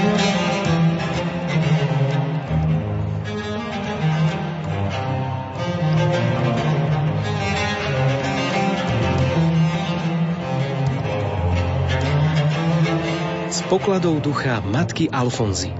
Pokladov ducha matky Alfonzy.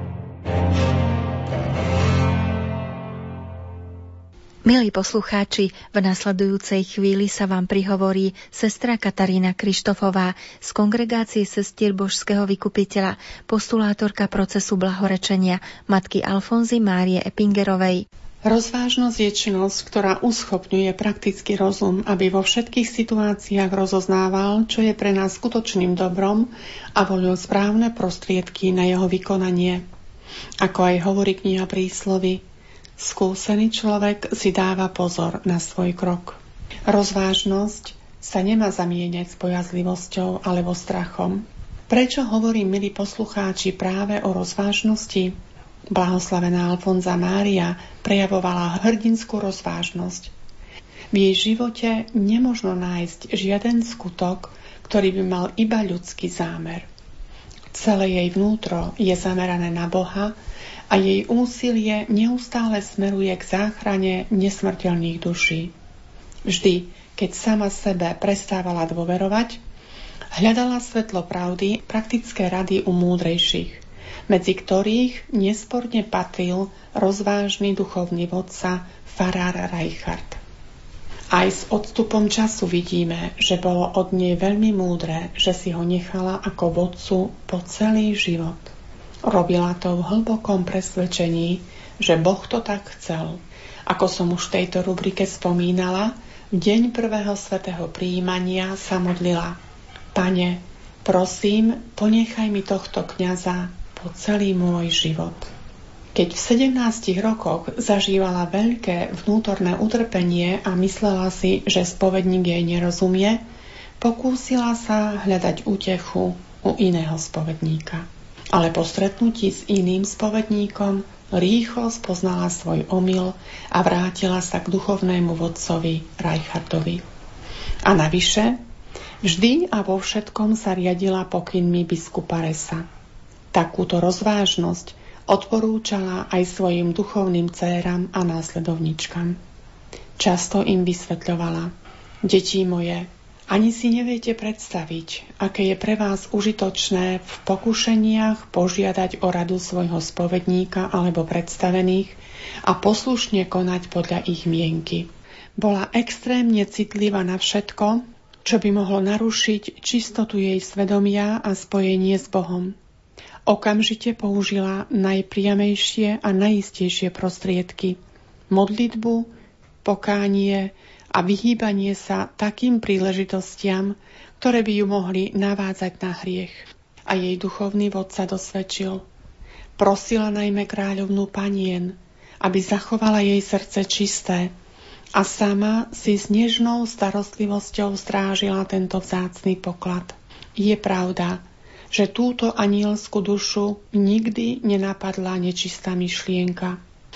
Milí poslucháči, v nasledujúcej chvíli sa vám prihovorí sestra Katarína Krištofová z Kongregácie sestier Božského vykupiteľa, postulátorka procesu blahorečenia matky Alfonzy Márie Epingerovej. Rozvážnosť je činnosť, ktorá uschopňuje praktický rozum, aby vo všetkých situáciách rozoznával, čo je pre nás skutočným dobrom a volil správne prostriedky na jeho vykonanie. Ako aj hovorí kniha Príslovy, skúsený človek si dáva pozor na svoj krok. Rozvážnosť sa nemá zamieňať s bojazlivosťou alebo strachom. Prečo hovorím, milí poslucháči, práve o rozvážnosti? Blahoslavená Alfonza Mária prejavovala hrdinskú rozvážnosť. V jej živote nemožno nájsť žiaden skutok, ktorý by mal iba ľudský zámer. Celé jej vnútro je zamerané na Boha a jej úsilie neustále smeruje k záchrane nesmrteľných duší. Vždy, keď sama sebe prestávala dôverovať, hľadala svetlo pravdy, praktické rady u múdrejších, medzi ktorých nesporne patril rozvážny duchovný vodca farár Reichard. Aj s odstupom času vidíme, že bolo od nej veľmi múdre, že si ho nechala ako vodcu po celý život. Robila to v hlbokom presvedčení, že Boh to tak chcel. Ako som už v tejto rubrike spomínala, v deň prvého svätého prijímania sa modlila: Pane, prosím, ponechaj mi tohto kňaza po celý môj život. Keď v 17 rokoch zažívala veľké vnútorné utrpenie a myslela si, že spovedník jej nerozumie, pokúsila sa hľadať útechu u iného spovedníka. Ale po stretnutí s iným spovedníkom rýchlo spoznala svoj omyl a vrátila sa k duchovnému vodcovi Reichardovi. A navyše, vždy a vo všetkom sa riadila pokynmi biskupa Resa. Takúto rozvážnosť odporúčala aj svojim duchovným dcéram a následovničkám. Často im vysvetľovala: Deti moje, ani si neviete predstaviť, aké je pre vás užitočné v pokušeniach požiadať o radu svojho spovedníka alebo predstavených a poslušne konať podľa ich mienky. Bola extrémne citlivá na všetko, čo by mohlo narušiť čistotu jej svedomia a spojenie s Bohom. Okamžite použila najpriamejšie a najistejšie prostriedky: modlitbu, pokánie a vyhýbanie sa takým príležitostiam, ktoré by ju mohli navádzať na hriech. A jej duchovný vodca dosvedčil. Prosila najmä kráľovnú panien, aby zachovala jej srdce čisté, a sama si s nežnou starostlivosťou strážila tento vzácny poklad. Je pravda, že túto anielskú dušu nikdy nenapadla nečistá myšlienka.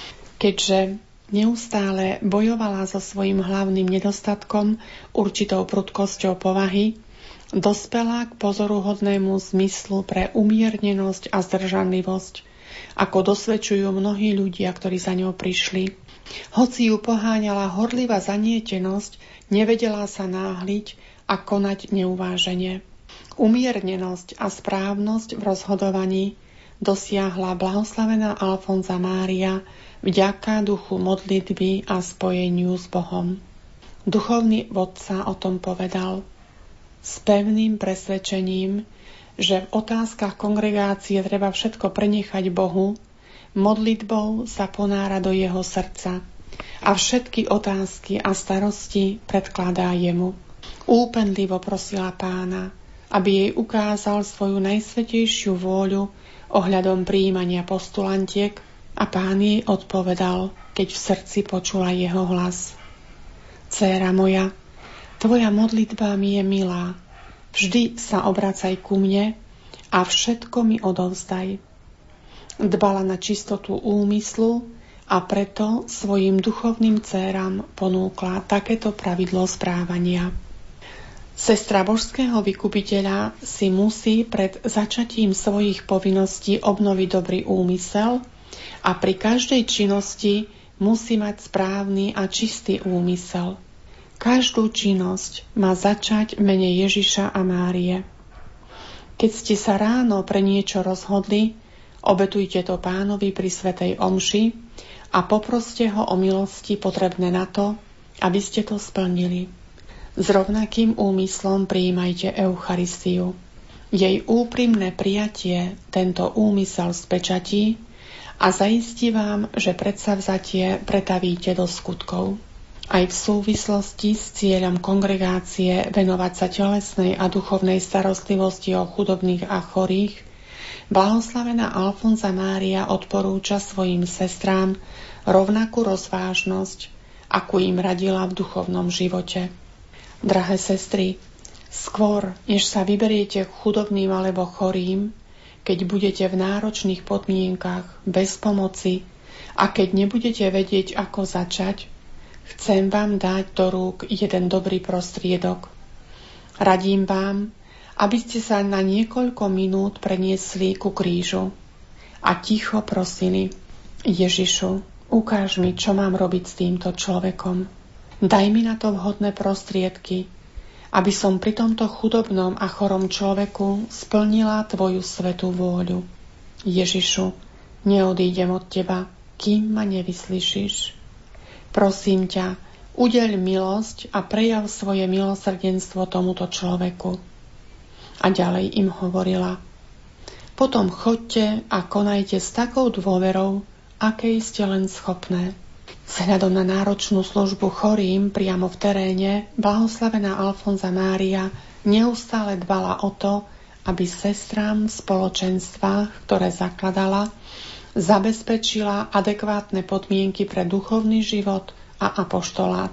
Keďže neustále bojovala so svojím hlavným nedostatkom, určitou prudkosťou povahy, dospela k pozoruhodnému zmyslu pre umiernenosť a zdržanlivosť, ako dosvedčujú mnohí ľudia, ktorí za ňou prišli. Hoci ju poháňala horlivá zanietenosť, nevedela sa náhliť a konať neuvážene. Umiernenosť a správnosť v rozhodovaní dosiahla blahoslavená Alfonza Mária vďaka duchu modlitby a spojeniu s Bohom. Duchovný vodca o tom povedal: s pevným presvedčením, že v otázkach kongregácie treba všetko prenechať Bohu, modlitbou sa ponára do jeho srdca a všetky otázky a starosti predkladá jemu. Úpenlivo prosila Pána, aby jej ukázal svoju najsvätejšiu vôľu ohľadom prijímania postulantiek, a Pán jej odpovedal, keď v srdci počula jeho hlas: Dcéra moja, tvoja modlitba mi je milá, vždy sa obracaj ku mne a všetko mi odovzdaj. Dbala na čistotu úmyslu a preto svojim duchovným dcéram ponúkla takéto pravidlo správania. Sestra božského vykupiteľa si musí pred začatím svojich povinností obnoviť dobrý úmysel a pri každej činnosti musí mať správny a čistý úmysel. Každú činnosť má začať v mene Ježiša a Márie. Keď ste sa ráno pre niečo rozhodli, obetujte to Pánovi pri svätej omši a poproste ho o milosti potrebné na to, aby ste to splnili. S rovnakým úmyslom prijímajte Eucharistiu. Jej úprimné prijatie tento úmysel spečatí a zaistí vám, že predsavzatie pretavíte do skutkov. Aj v súvislosti s cieľom kongregácie venovať sa telesnej a duchovnej starostlivosti o chudobných a chorých, blahoslavená Alfonza Mária odporúča svojim sestrám rovnakú rozvážnosť, akú im radila v duchovnom živote. Drahé sestry, skôr, než sa vyberiete k chudobným alebo chorým, keď budete v náročných podmienkach, bez pomoci a keď nebudete vedieť, ako začať, chcem vám dať do rúk jeden dobrý prostriedok. Radím vám, aby ste sa na niekoľko minút preniesli ku krížu a ticho prosili: Ježišu, ukáž mi, čo mám robiť s týmto človekom. Daj mi na to vhodné prostriedky, aby som pri tomto chudobnom a chorom človeku splnila Tvoju svätú vôľu. Ježišu, neodídem od Teba, kým ma nevyslyšíš. Prosím ťa, udeľ milosť a prejav svoje milosrdenstvo tomuto človeku. A ďalej im hovorila: Potom choďte a konajte s takou dôverou, akej ste len schopné. Vzhľadom na náročnú službu chorým priamo v teréne, blahoslavená Alfonza Mária neustále dbala o to, aby sestrám v spoločenstvách, ktoré zakladala, zabezpečila adekvátne podmienky pre duchovný život a apoštolát.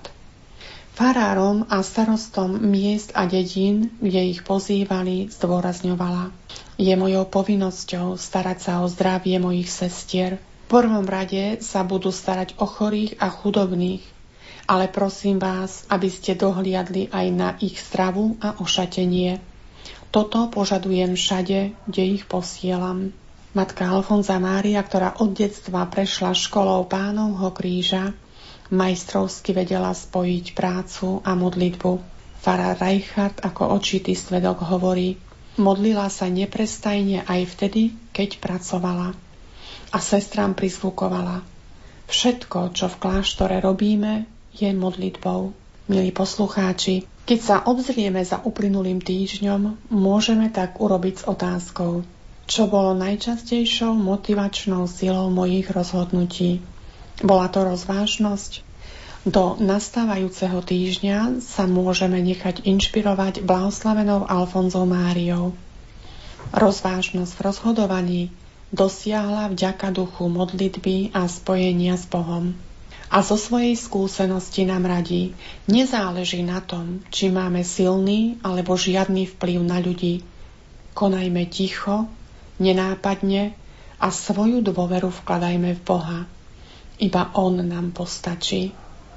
Farárom a starostom miest a dedín, kde ich pozývali, zdôrazňovala: Je mojou povinnosťou starať sa o zdravie mojich sestier. V prvom rade sa budú starať o chorých a chudobných, ale prosím vás, aby ste dohliadli aj na ich stravu a ošatenie. Toto požadujem všade, kde ich posielam. Matka Alfonza Mária, ktorá od detstva prešla školou Pánovho kríža, majstrovsky vedela spojiť prácu a modlitbu. Farár Reichard ako očitý svedok hovorí: modlila sa neprestajne aj vtedy, keď pracovala. A sestrám prizvukovala: všetko, čo v kláštore robíme, je modlitbou. Milí poslucháči, keď sa obzrieme za uplynulým týždňom, môžeme tak urobiť s otázkou: čo bolo najčastejšou motivačnou silou mojich rozhodnutí? Bola to rozvážnosť? Do nastávajúceho týždňa sa môžeme nechať inšpirovať blahoslavenou Alfonzou Máriou. Rozvážnosť v rozhodovaní dosiahla vďaka duchu modlitby a spojenia s Bohom. A zo svojej skúsenosti nám radí: nezáleží na tom, či máme silný alebo žiadny vplyv na ľudí. Konajme ticho, nenápadne a svoju dôveru vkladajme v Boha. Iba On nám postačí.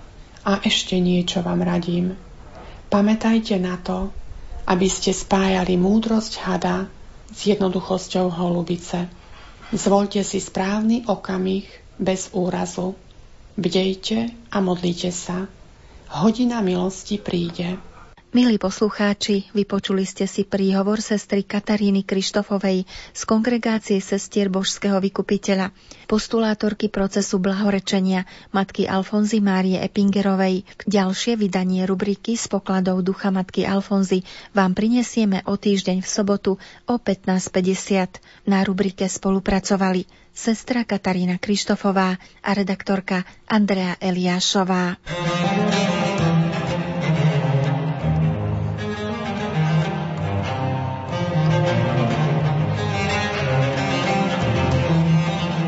A ešte niečo vám radím. Pamätajte na to, aby ste spájali múdrosť hada s jednoduchosťou holubice. Zvoľte si správny okamih bez úrazu. Bdejte a modlite sa. Hodina milosti príde. Milí poslucháči, vypočuli ste si príhovor sestry Kataríny Krištofovej z Kongregácie sestier Božského vykupiteľa, postulátorky procesu blahorečenia matky Alfonzy Márie Epingerovej. Ďalšie vydanie rubriky Z pokladov ducha matky Alfonzy vám prinesieme o týždeň v sobotu o 15:50. Na rubrike spolupracovali sestra Katarína Krištofová a redaktorka Andrea Eliášová.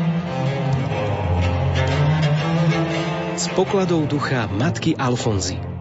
Z pokladov ducha matky Alfonzy.